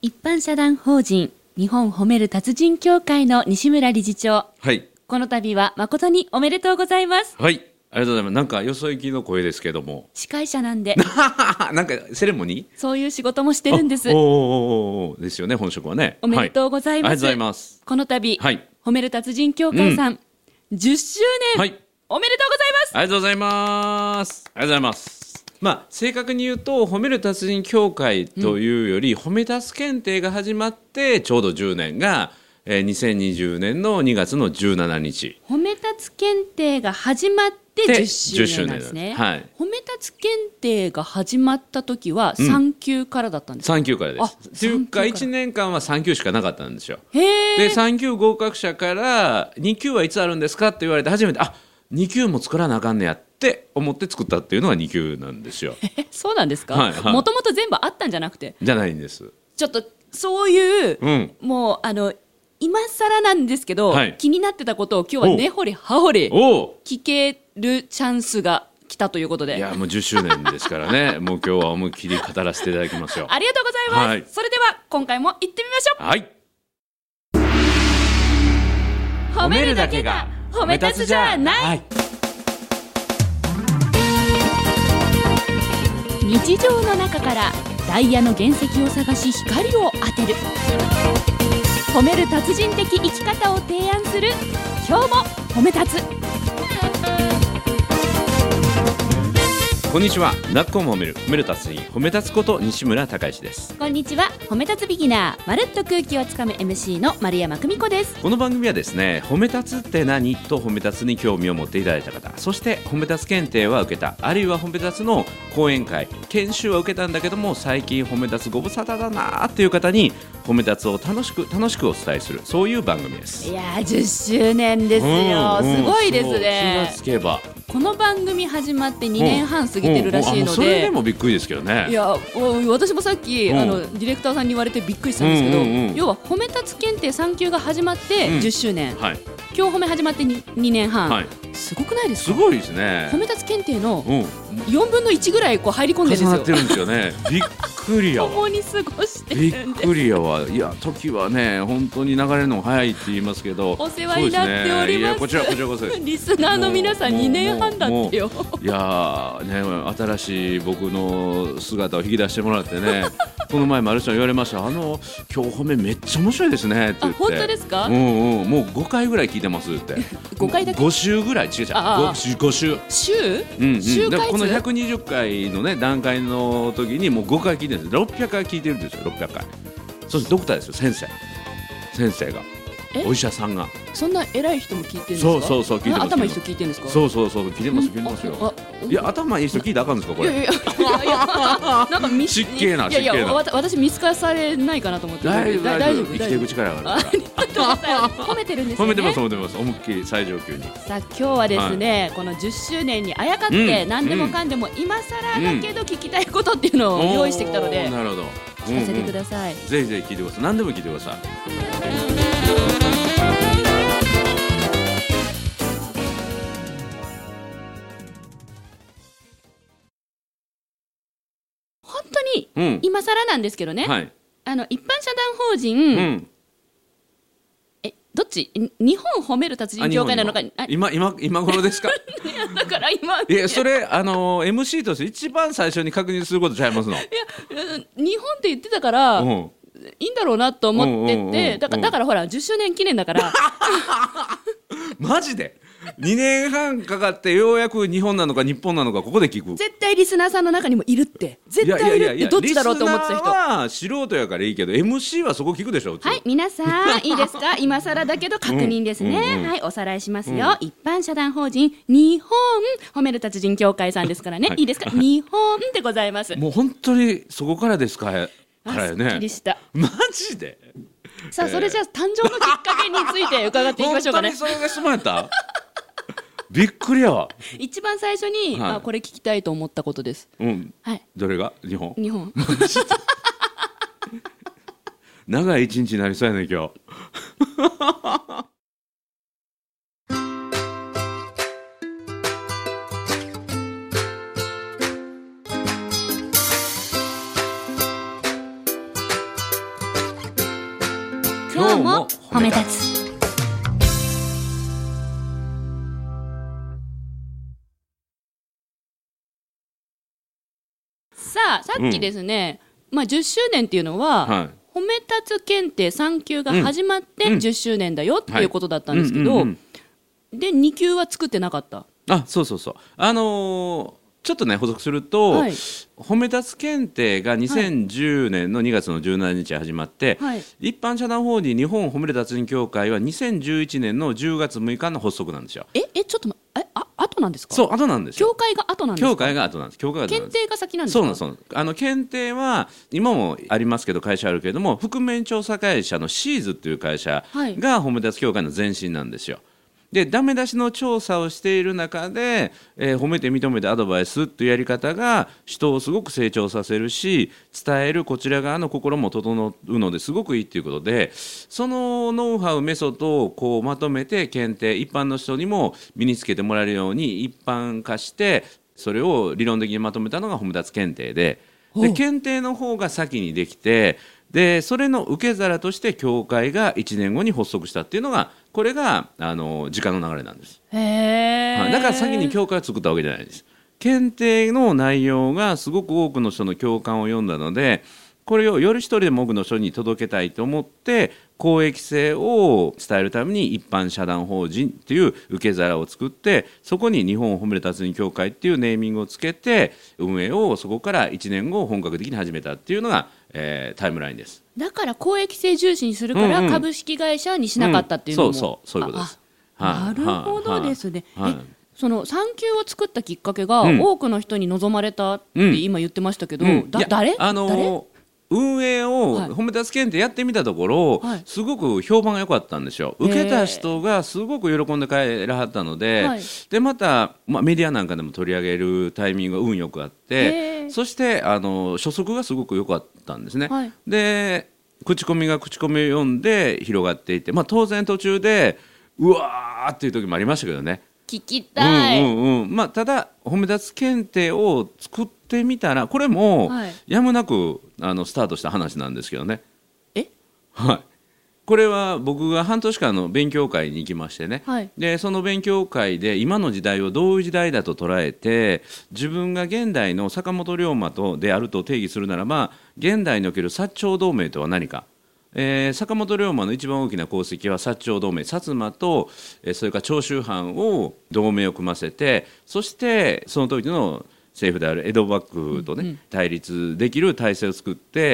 一般社団法人日本褒める達人協会の西村理事長、 はい、 この度は誠におめでとうございます。 はい、ありがとうございます。なんかよそ行きの声ですけども、 司会者なんでなんかセレモニーそういう仕事もしてるんです。 おですよね、本職はね。 おめでとうございます。 はい、ありがとうございます。 この度、 はい、 褒める達人協会さん、10周年、 はい、 おめでとうございます。 ありがとうございます。ありがとうございます。正確に言うと褒める達人協会というより、褒め達検定が始まってちょうど10年が、2020年の2月の17日。 褒め達検定が始まって10周年なんですね。 はい、 褒め達検定が始まった時は3級からだったんですか？ 3級からです。というか1年間は3級しかなかったんですよ。 へで3級合格者から2級はいつあるんですかって言われて初めて2級も作らなあかんねやって思って作ったっていうのが2級なんですよ。 そうなんですか？ はいはい、 もともと全部あったんじゃなくて？ じゃないんです。 ちょっとそういう、もう今更なんですけど、はい、気になってたことを今日は根掘り葉掘り聞けるチャンスが来たということで。 いやもう10周年ですからねもう今日は思いっきり語らせていただきますよ。 ありがとうございます、はい、それでは今回も行ってみましょう。 はい、 褒めるだけが褒め立つじゃない、はい、日常の中からダイヤの原石を探し光を当てる褒める達人的生き方を提案する今日も褒め立つ。 こんにちは。なっこも褒める達人褒め立つこと西村孝之です。 こんにちは。褒め立つビギナーまるっと空気をつかむ MC の丸山久美子です。 この番組はですね、褒め立つって何と褒め立つに興味を持っていただいた方、そして褒め立つ検定は受けた、あるいは褒め立つの講演会研修は受けたんだけども最近褒め立つご無沙汰だなっていう方に褒め立つを楽しくお伝えする、そういう番組です。 いや10周年ですよ、すごいですね。 気がつけばこの番組始まって2年半過ぎてるらしいので、 それでもびっくりですけどね。 いや私もさっきディレクターさんに言われてびっくりしたんですけど、要は褒め立つ検定3級が始まって10周年、はい、今日褒め始まって 2年半、はい、すごくないですか？ すごいですね。 褒め立つ検定の4分の1ぐらいこう入り込んでるんですよ。 重なってるんですよね。びっくりやわ。 共に過ごしてるんです。 びっくりやわ。いや時はね本当に流れるの早いって言いますけど、 お世話になっております。いやこちらこそです。 リスナーの皆さん2年半だってよ。 いやね、新しい僕の姿を引き出してもらってねこの前もある人に言われました。今日褒めめっちゃ面白いですねって言って。 本当ですか？ もう5回ぐらい聞いてますって 5回だけ？ 5 週ぐらい違う5週週回数この120回のね段階の時にもう5回聞いてるんです。600回聞いてるんですよ。600回。そしてドクターですよ。先生がお医者さんが。 そんな偉い人も聞いてるんですか？そう聞いてます。 頭いい人聞いてるんですか？ そう聞いてますよ。いや頭いい人聞いたらあかんですかこれ？ いやなんか失敬な。私見透かされないかなと思って。大丈夫。 生きていく力があるから。 褒めてるんですよね。 褒めてます。思いっきり最上級に。 さあ今日はですね、この10周年にあやかって何でもかんでも今更だけど聞きたいことっていうのを用意してきたので、 なるほど。 聞かせてください。 ぜひぜひ聞いてください。何でも聞いてください。 本当に今更なんですけどね、はい、一般社団法人、どっち？日本褒める達人協会なのか。 今頃ですか？ だから今いやそれMC として一番最初に確認することちゃいますの？いや日本って言ってたから、いいんだろうなと思ってて、だからほら10周年記念だからマジで2年半かかってようやく日本なのか日本なのかここで聞く。 絶対リスナーさんの中にもいるって。絶対いるって。どっちだろうと思ってた人。 リスナーは素人やからいいけど MC はそこ聞くでしょ。 はい皆さんいいですか？今更だけど確認ですね、はいおさらいしますよ、一般社団法人日本褒める達人協会さんですからね、はい、いいですか？日本でございます。 もう本当にそこからですからよね。 すっきりした。 マジで。 さあそれじゃあ誕生のきっかけについて伺っていきましょうかね。 本当にそれが質問やったびっくりやわ。 一番最初に、これ聞きたいと思ったことです。はい。 どれが？日本長い一日になりそうやね今日今日も褒め立つ。さあ、さっきですね、10周年っていうのは、褒め立つ検定3級が始まって10周年だよっていうことだったんですけど、で2級は作ってなかった。 そうちょっとね補足すると、褒め立つ検定が2010年の2月の17日に始まって、一般社団法人日本褒め立つ人協会は2011年の10月6日の発足なんですよ。 ちょっと後なんですか？ そう、後なんですよ。 協会が後なんですか？ 協会が後なんです。 検定が先なんですか？ そう検定は今もありますけど、会社あるけれども、覆面調査会社のシーズっていう会社が褒め立つ協会の前身なんですよ。で、ダメ出しの調査をしている中で、褒めて認めてアドバイスというやり方が人をすごく成長させるし、伝えるこちら側の心も整うのですごくいいということで、そのノウハウメソッドをこうまとめて検定、一般の人にも身につけてもらえるように一般化して、それを理論的にまとめたのが褒め立つ検定で、検定の方が先にできて、でそれの受け皿として協会が1年後に発足したっていうのが、これが時間の流れなんです。だから先に協会を作ったわけじゃないです。検定の内容がすごく多くの人の共感を読んだので、これをより一人でも多くの人に届けたいと思って、公益性を伝えるために一般社団法人っていう受け皿を作って、そこに日本褒め立つ人協会っていうネーミングをつけて、運営をそこから1年後本格的に始めたっていうのが、タイムラインです。 だから公益性重視にするから株式会社にしなかったっていうのも、 そういうことです。 なるほどですね。その産休を作ったきっかけが、多くの人に望まれたって今言ってましたけど、誰運営を褒め立つ検定やってみたところ、すごく評判が良かったんですよ。受けた人がすごく喜んで帰らはったので、でまた、メディアなんかでも取り上げるタイミングが運よくあって、そして初速がすごく良かったんですね。で口コミが口コミを読んで広がっていて、当然途中でうわーっていう時もありましたけどね。 聞きたい。 ただ褒め立つ検定を作ってみたら、これもやむなくスタートした話なんですけどね。これは僕が半年間の勉強会に行きましてね、でその勉強会で今の時代をどういう時代だと捉えて、自分が現代の坂本龍馬であると定義するならば、現代における薩長同盟とは何か。坂本龍馬の一番大きな功績は薩長同盟、薩摩と、それから長州藩を同盟を組ませて、そしてその時の政府である江戸幕府とね、対立できる体制を作って、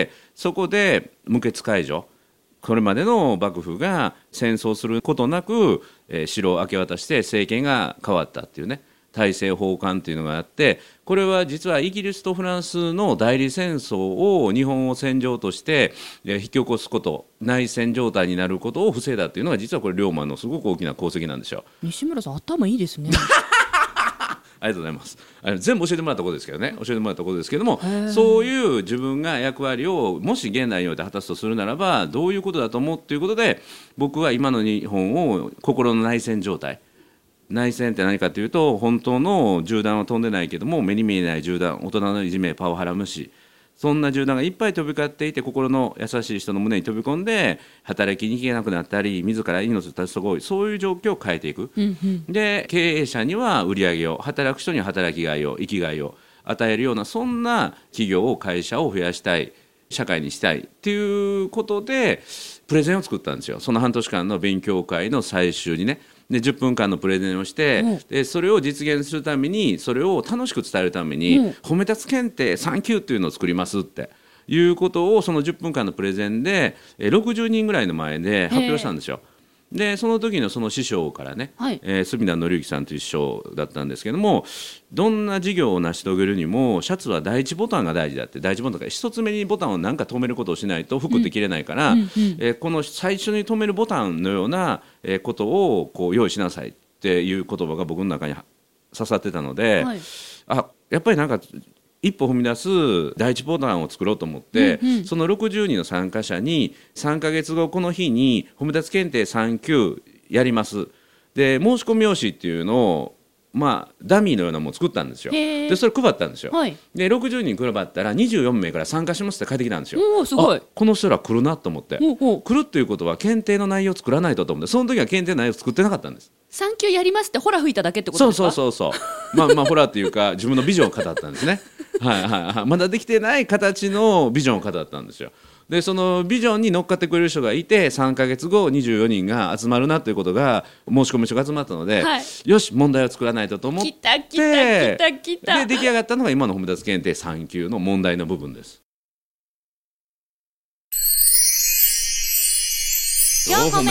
そこで無血開城、これまでの幕府が戦争することなく、城を明け渡して政権が変わったっていうね、大政奉還というのがあって、これは実はイギリスとフランスの代理戦争を日本を戦場として引き起こすこと、内戦状態になることを防いだというのが、実はこれ龍馬のすごく大きな功績なんですよ。 西村さん頭いいですね。 ありがとうございます。全部教えてもらったことですけどね、そういう自分が役割をもし現代において果たすとするならば、どういうことだと思うということで、僕は今の日本を心の内戦状態、内戦って何かというと、本当の銃弾は飛んでないけども目に見えない銃弾、大人のいじめ、パワハラ無視、そんな銃弾がいっぱい飛び交っていて、心の優しい人の胸に飛び込んで働きに行けなくなったり、自ら命を絶つところ、そういう状況を変えていく、で経営者には売り上げを、働く人には働きがいを、生きがいを与えるような、そんな企業を、会社を増やしたい、社会にしたいっていうことでプレゼンを作ったんですよ。その半年間の勉強会の最終にね、で10分間のプレゼンをして、でそれを実現するために、それを楽しく伝えるために、褒め立つ検定3級っていうのを作りますっていうことを、その10分間のプレゼンで60人ぐらいの前で発表したんですよ。でその時のその師匠からね、隅田紀之さんという師匠だったんですけども、どんな事業を成し遂げるにもシャツは第一ボタンが大事だって、第一ボタンが一つ目にボタンを何か止めることをしないと服って着れないから、この最初に止めるボタンのようなことをこう用意しなさいっていう言葉が僕の中に刺さってたので、やっぱりなんか一歩踏み出す第一ボタンを作ろうと思って、その60人の参加者に3ヶ月後この日に褒め立つ検定3級やります、で申し込み用紙っていうのをダミーのようなものを作ったんですよ。でそれ配ったんですよ、 はい、 で60人配ったら24名から参加しますって帰ってきたんですよ。 おーすごい。 この人ら来るなと思って、来るっていうことは検定の内容を作らないとと思って、その時は検定の内容を作ってなかったんです。 3級やりますってホラ吹いただけってことですか？ そうホラっていうか自分のビジョンを語ったんですねまだできてない形のビジョンを語ったんですよ。でそのビジョンに乗っかってくれる人がいて、3ヶ月後24人が集まるなということが申し込み書が集まったので、はい、よし問題を作らないとと思って来たで出来上がったのが今の褒め立つ検定3級の問題の部分です。 4個目。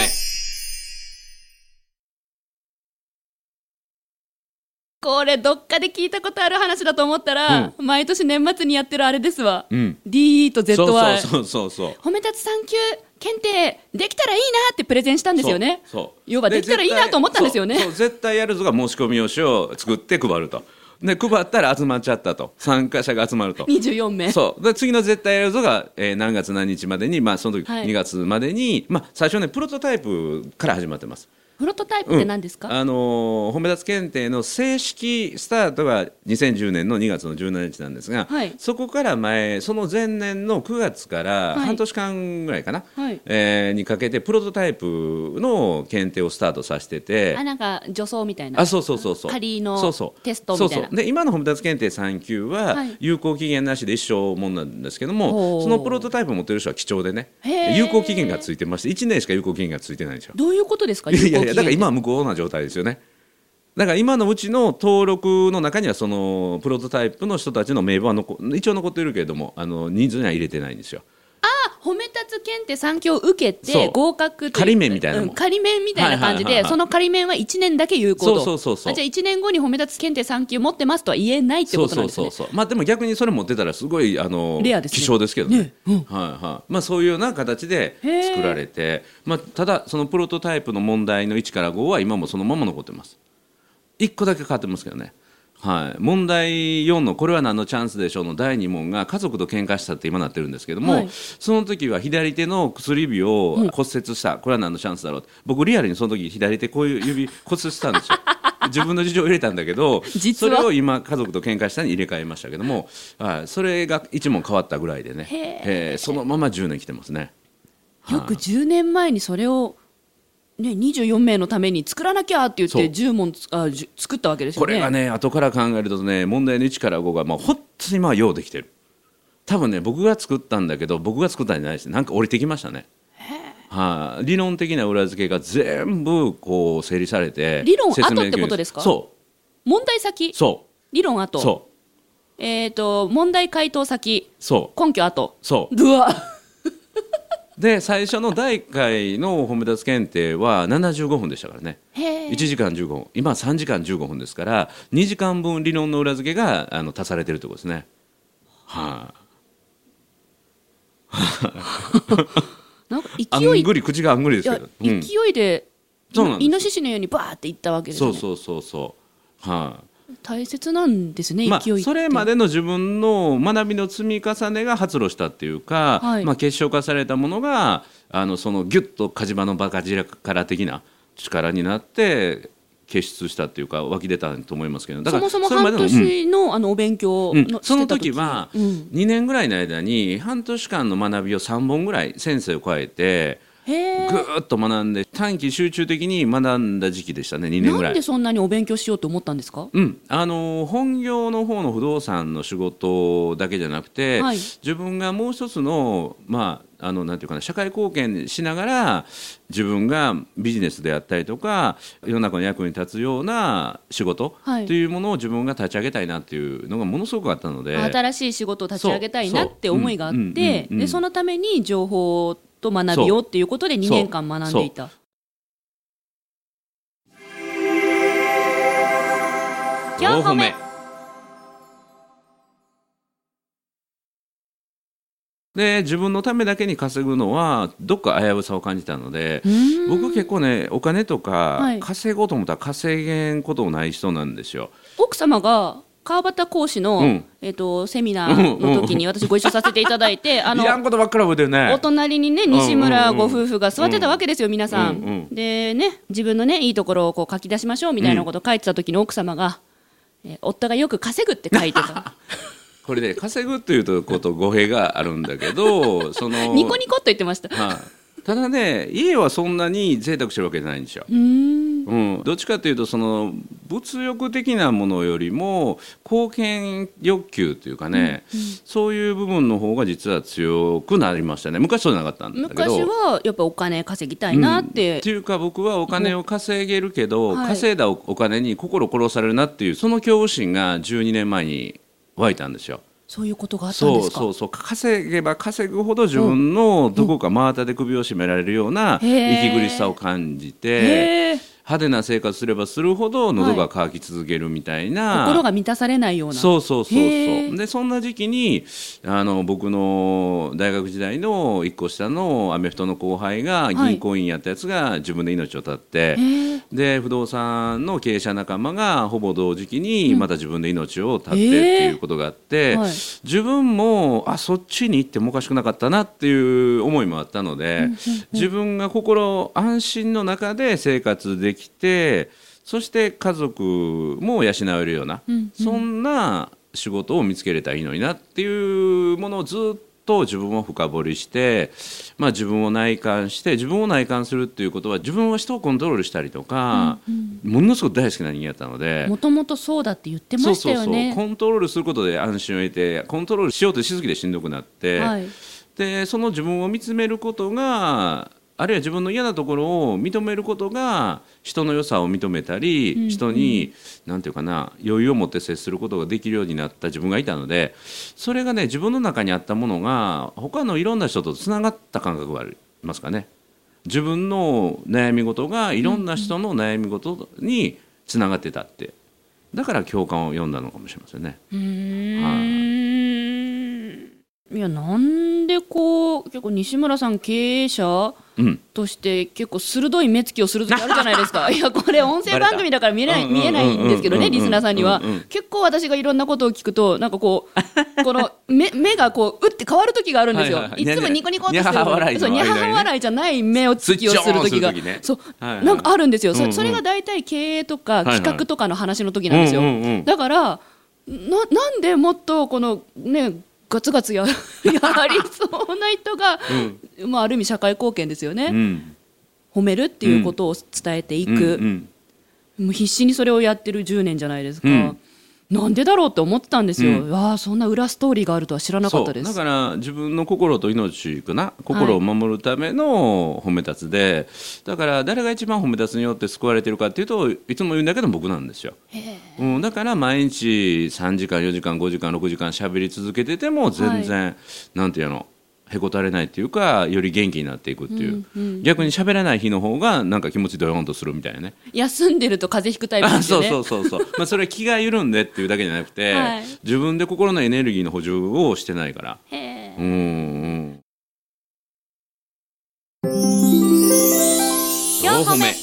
これどっかで聞いたことある話だと思ったら、毎年年末にやってるあれですわ、DE と ZY。 そう褒め立つ3級検定できたらいいなってプレゼンしたんですよね。要はできたらいいなと思ったんですよね。 絶対やるぞが申し込み用紙を作って配ると。で配ったら集まっちゃったと、参加者が集まると 24名。 で次の絶対やるぞが、何月何日までに、その時2月までに、最初ねプロトタイプから始まってます。 プロトタイプって何ですか？ 褒め立つ検定の正式スタートが2010年の2月の17日なんですが、そこからその前年の9月から半年間ぐらいかな、にかけてプロトタイプの検定をスタートさせてて、 なんか助走みたいな、仮のテストみたいな。 で今の褒め立つ検定3級は有効期限なしで一生もんなんですけども、そのプロトタイプ持ってる人は貴重でね、有効期限がついてまして1年しか有効期限がついてないんですよ。 どういうことですか？ だから今は無効な状態ですよね。だから今のうちの登録の中にはそのプロトタイプの人たちの名簿は一応残っているけれども、人数には入れてないんですよ。 褒め立つ検定3級を受けて合格という仮免みたいなもん、 仮免みたいな感じで、その仮免は1年だけ有効と。じゃあ1年後に褒め立つ検定3級持ってますとは言えないってことなんですね。 でも逆にそれ持ってたらすごいレアですね、希少ですけどね。そういうような形で作られて、ただそのプロトタイプの問題の1から5は今もそのまま残ってます。1個だけ変わってますけどね。問題4のこれは何のチャンスでしょうの第2問が家族と喧嘩したって今なってるんですけども、その時は左手の薬指を骨折した、これは何のチャンスだろうって、僕リアルにその時左手こういう指骨折したんですよ自分の事情を入れたんだけどそれを今家族と喧嘩したに入れ替えましたけども、それが1問変わったぐらいでね、そのまま10年来てますね。 よく10年前にそれを24名のために作らなきゃって言って10問作ったわけですよね。 これがね後から考えるとね、問題の1から5が本当に今はようできてる。多分ね僕が作ったんだけど、僕が作ったんじゃないですね、なんか降りてきましたね。理論的な裏付けが全部こう整理されて。 理論後ってことですか？ そう問題先、理論後、問題回答先、根拠後、うわで最初の第1回の褒め立つ検定は75分でしたからね。1時間15分、今は3時間15分ですから2時間分理論の裏付けが足されてるということですね。 なんか勢い口があんぐりですけど、 勢いでイノシシのようにバーっていったわけですね。大切なんですね、勢いって。 それまでの自分の学びの積み重ねが発露したっていうか、結晶化されたものがそのギュッと火事場のバカ力的な力になって結出したっていうか湧き出たと思いますけど、だからそもそも半年のお勉強のその時は2年ぐらいの間に半年間の学びを3本ぐらい先生を変えてぐーっと学んで短期集中的に学んだ時期でしたね。2年ぐらい。 なんでそんなにお勉強しようと思ったんですか？ 本業の方の不動産の仕事だけじゃなくて、自分がもう一つのなんていうかな、社会貢献しながら自分がビジネスであったりとか世の中の役に立つような仕事というものを自分が立ち上げたいなっていうのがものすごくあったので、 新しい仕事を立ち上げたいなって思いがあって、でそのために情報と学びをっていうことで2年間学んでいた。4歩目。 で自分のためだけに稼ぐのはどっか危うさを感じたので、僕結構ねお金とか稼ごうと思ったら稼げんことない人なんですよ。 奥様が川端講師の、セミナーの時に私ご一緒させていただいて、 いらんことばっかり覚えてるね。 お隣にね西村ご夫婦が座ってたわけですよ、皆さん、でね、自分のねいいところをこう書き出しましょうみたいなことを書いてた時に奥様が、夫がよく稼ぐって書いてたこれで稼ぐということ語弊があるんだけどニコニコっと言ってました、 ただね、家はそんなに贅沢してるわけじゃないんですよ。どっちかというとその物欲的なものよりも貢献欲求というかね、そういう部分の方が実は強くなりましたね。昔そうじゃなかったんだけど、 昔はやっぱお金稼ぎたいなって、 っていうか僕はお金を稼げるけど、稼いだお金に心殺されるなっていうその恐怖心が12年前に湧いたんですよ。 そういうことがあったんですか。 そう稼げば稼ぐほど自分のどこか真綿で首を絞められるような息苦しさを感じて、派手な生活すればするほど喉が渇き続けるみたいな、 心が満たされないような。 そうでそんな時期に僕の大学時代の1個下のアメフトの後輩が銀行員やったやつが自分で命を絶って、で不動産の経営者仲間がほぼ同時期にまた自分で命を絶ってっていうことがあって、自分もそっちに行ってもおかしくなかったなっていう思いもあったので、自分が心安心の中で生活できて、そして家族も養えるような、そんな仕事を見つけれたらいいのになっていうものをずっと自分を深掘りして、自分を内観して、自分を内観するっていうことは自分は人をコントロールしたりとか、ものすごく大好きな人間だったので、 もともとそうだって言ってましたよね。 コントロールすることで安心を得て、コントロールしようとしすぎてしんどくなって、でその自分を見つめることが、あるいは自分の嫌なところを認めることが人の良さを認めたり、人になんていうかな、余裕を持って接することができるようになった自分がいたので、それがね、自分の中にあったものが他のいろんな人とつながった感覚がありますかね。自分の悩み事がいろんな人の悩み事につながってたって、だから共感を読んだのかもしれませんね。 いや、なんでこう結構西村さん経営者として結構鋭い目つきをする時あるじゃないですかいや、これ音声番組だから見えないんですけどね、リスナーさんには。結構私がいろんなことを聞くと、なんかこうこの目がこうって変わる時があるんですよ。いつもニコニコってしてる、ニャハ笑いじゃない目をつきをする時が、なんかあるんですよ。それが大体経営とか企画とかの話の時なんですよ。だからなんでもっとこのね、ガツガツやりそうな人が、ある意味社会貢献ですよね、褒めるっていうことを伝えていく、もう必死にそれをやってる10年じゃないですか。なんでだろうって思ってたんですよ。そんな裏ストーリーがあるとは知らなかったです。 だから自分の心と命かな、心を守るための褒め立つで、だから誰が一番褒め立つによって救われてるかっていうと、いつも言うんだけど僕なんですよ。だから毎日3時間4時間5時間6時間喋り続けてても全然、なんていうの、へこたれないっていうか、より元気になっていくっていう、逆に喋らない日の方がなんか気持ちドヨンとするみたいなね。 休んでると風邪ひくタイプですよね。 そうそれは気が緩んでっていうだけじゃなくて、自分で心のエネルギーの補充をしてないから。4 歩目。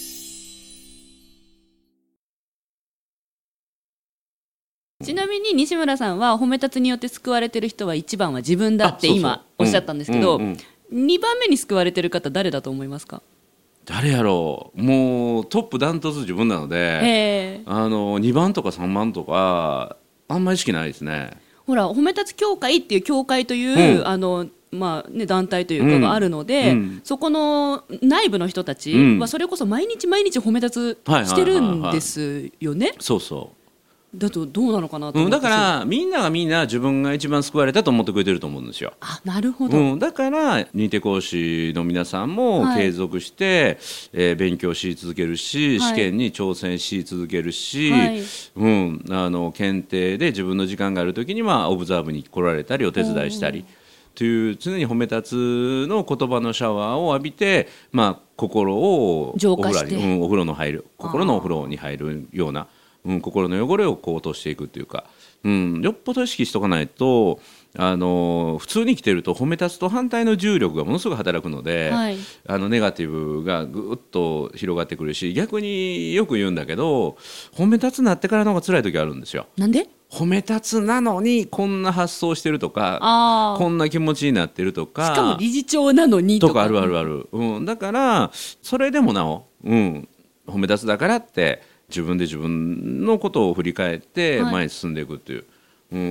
ちなみに西村さんは褒め立つによって救われてる人は一番は自分だって今おっしゃったんですけど、2番目に救われてる方誰だと思いますか？ 誰やろう。もうトップダントツ自分なので、2番とか3番とかあんまり意識ないですね。ほら、褒め立つ協会っていう協会という、団体というかがあるので、そこの内部の人たちはそれこそ毎日毎日褒め立つしてるんですよね。だとどうなのかなと思って、 だからみんながみんな自分が一番救われたと思ってくれてると思うんですよ。 なるほど、 だから認定講師の皆さんも継続して、勉強し続けるし、試験に挑戦し続けるし、検定で自分の時間がある時にはオブザーブに来られたりお手伝いしたりという常に褒め立つの言葉のシャワーを浴びて、心を浄化してお風呂の入る、心のお風呂に入るような、心の汚れをこう落としていくっていうか、よっぽど意識しとかないと、 普通に生きてると褒め立つと反対の重力がものすごく働くので、 はい、 ネガティブがぐっと広がってくるし、逆によく言うんだけど褒め立つなってからの方が辛い時あるんですよ。 なんで？ 褒め立つなのにこんな発想してるとか、こんな気持ちになってるとか、 しかも理事長なのにとかあるあるある、だからそれでもなお、褒め立つだからって自分で自分のことを振り返って前に進んでいくっていう、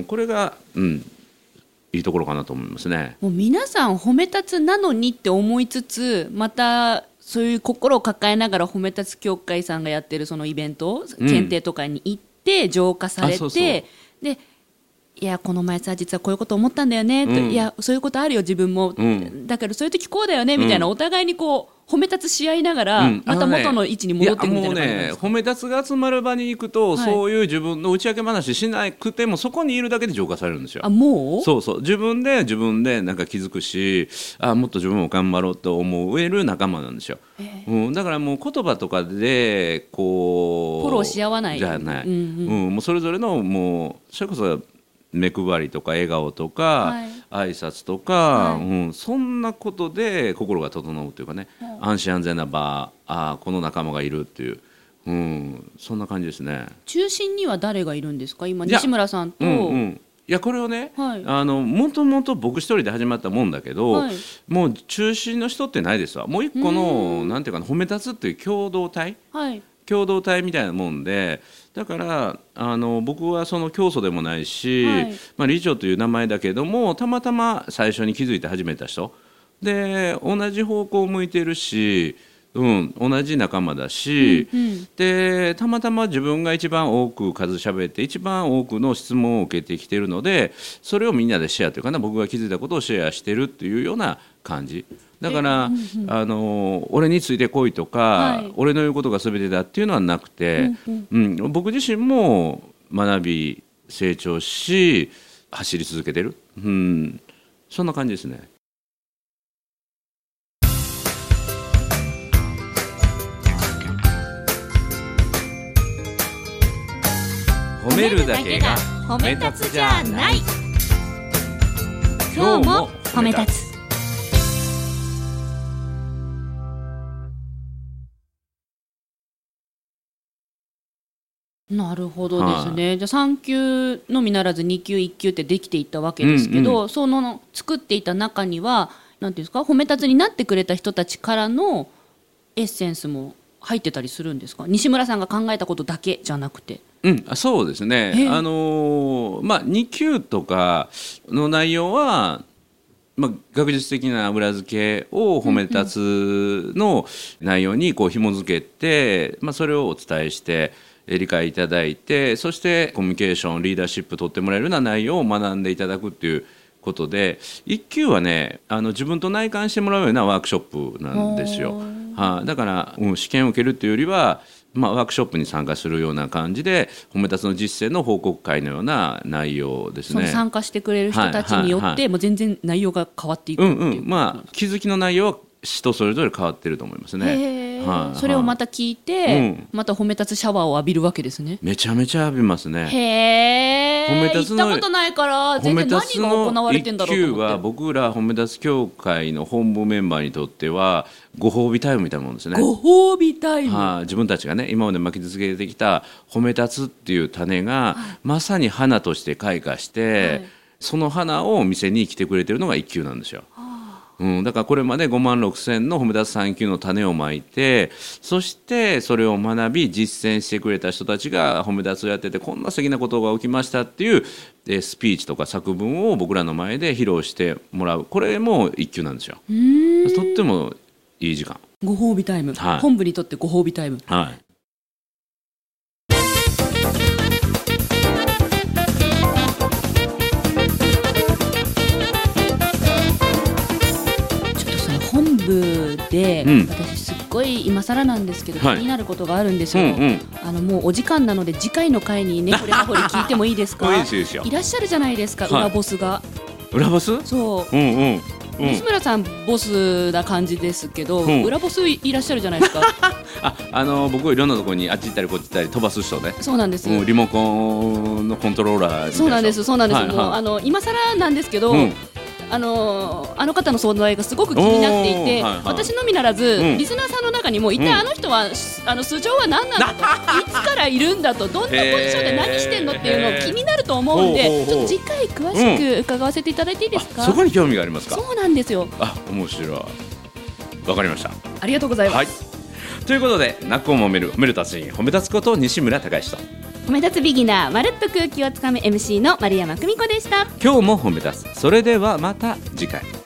これが、いいところかなと思いますね。 もう皆さん褒め立つなのにって思いつつ、またそういう心を抱えながら褒め立つ協会さんがやってるそのイベント、検定とかに行って浄化されて、 そうそう、 でいやこの前さ実はこういうこと思ったんだよね、いやそういうことあるよ自分も、だからそういう時こうだよねみたいな、お互いにこう褒め立つし合いながら、また元の位置に戻っていくみたいな感じなんですか？ 褒め立つが集まる場に行くと、そういう自分の打ち明け話しなくてもそこにいるだけで浄化されるんですよ。 もうそう自分でなんか気づくし、もっと自分も頑張ろうと思える仲間なんですよ。だからもう言葉とかでこうフォローし合わないじゃない、もうそれぞれのもうそれこそ目配りとか笑顔とか、挨拶とか、そんなことで心が整うというかね、安心安全な場、この仲間がいるっていう、そんな感じですね。 中心には誰がいるんですか今？西村さんと。 いやこれをね、もともと僕一人で始まったもんだけど、もう中心の人ってないですわ。もう一個のなんていうかな、褒め立つっていう共同体、共同体みたいなもんで、だから僕はその教祖でもないし、理事長という名前だけども、たまたま最初に気づいて始めた人で、同じ方向を向いてるし、同じ仲間だし、でたまたま自分が一番多く数喋って一番多くの質問を受けてきているので、それをみんなでシェアというかな、僕が気づいたことをシェアしてるっていうような感じだから、俺についてこいとか、俺の言うことが全てだっていうのはなくて、僕自身も学び成長し走り続けてる、そんな感じですね。褒めるだけが褒め立つじゃない。 今日も褒め立つ。なるほどですね。じゃあ3級のみならず2級1級ってできていったわけですけど、その作っていた中にはなんていうんですか、褒め立つになってくれた人たちからのエッセンスも入ってたりするんですか？西村さんが考えたことだけじゃなくて。 そうですね。2級とかの内容は、学術的な裏付けを褒め立つの内容にこう紐付けて、それをお伝えして理解いただいて、そしてコミュニケーションリーダーシップ取ってもらえるような内容を学んでいただくっていうことで、1級はね、自分と内観してもらうようなワークショップなんですよ。だから、試験を受けるっていうよりは、ワークショップに参加するような感じで、褒め立つの実践の報告会のような内容ですね。 その参加してくれる人たちによって、もう全然内容が変わっていくっていう、 気づきの内容は人それぞれ変わってると思いますね。 それをまた聞いて、また褒め立つシャワーを浴びるわけですね。 めちゃめちゃ浴びますね。 褒め立つの行ったことないから全然何が行われてんだろうと思って。 1級は僕ら褒め立つ協会の本部メンバーにとってはご褒美タイムみたいなものですね。 ご褒美タイム、 自分たちがね今まで巻き続けてきた褒め立つっていう種が、まさに花として開花して、その花を見せに来てくれてるのが1級なんですよ。だからこれまで5万6千の褒め立つ3級の種をまいて、そしてそれを学び実践してくれた人たちが褒め立つをやってて、こんな素敵なことが起きましたっていうスピーチとか作文を僕らの前で披露してもらう、これも1級なんですよ。とってもいい時間、 ご褒美タイム、本部にとってご褒美タイム。で、私すっごい今更なんですけど、気になることがあるんですよ。もうお時間なので次回の回にね、これ掘り聞いてもいいですか？いらっしゃるじゃないですか、裏ボスが。 裏ボス？ そう、 西村さんボスな感じですけど、裏ボスいらっしゃるじゃないですか。 僕いろんなところにあっち行ったりこっち行ったり飛ばす人ね。 そうなんです。 リモコンのコントローラーみたいな。 そうなんです。もう今更なんですけど、あの方の存在がすごく気になっていて、私のみならず、リスナーさんの中にも一体あの人は、素性は何なんだと、いつからいるんだと、どんなポジションで何してんのっていうの気になると思うんで、ちょっと次回詳しく伺わせていただいていいですか。 そこに興味がありますか。 そうなんですよ。 面白い。わかりました。 ありがとうございます。 ということで、なっこも褒める達人、褒め立つこと西村隆之と褒め立つビギナー、まるっと空気をつかむ MC の丸山久美子でした。 今日も褒め立つ。それではまた次回。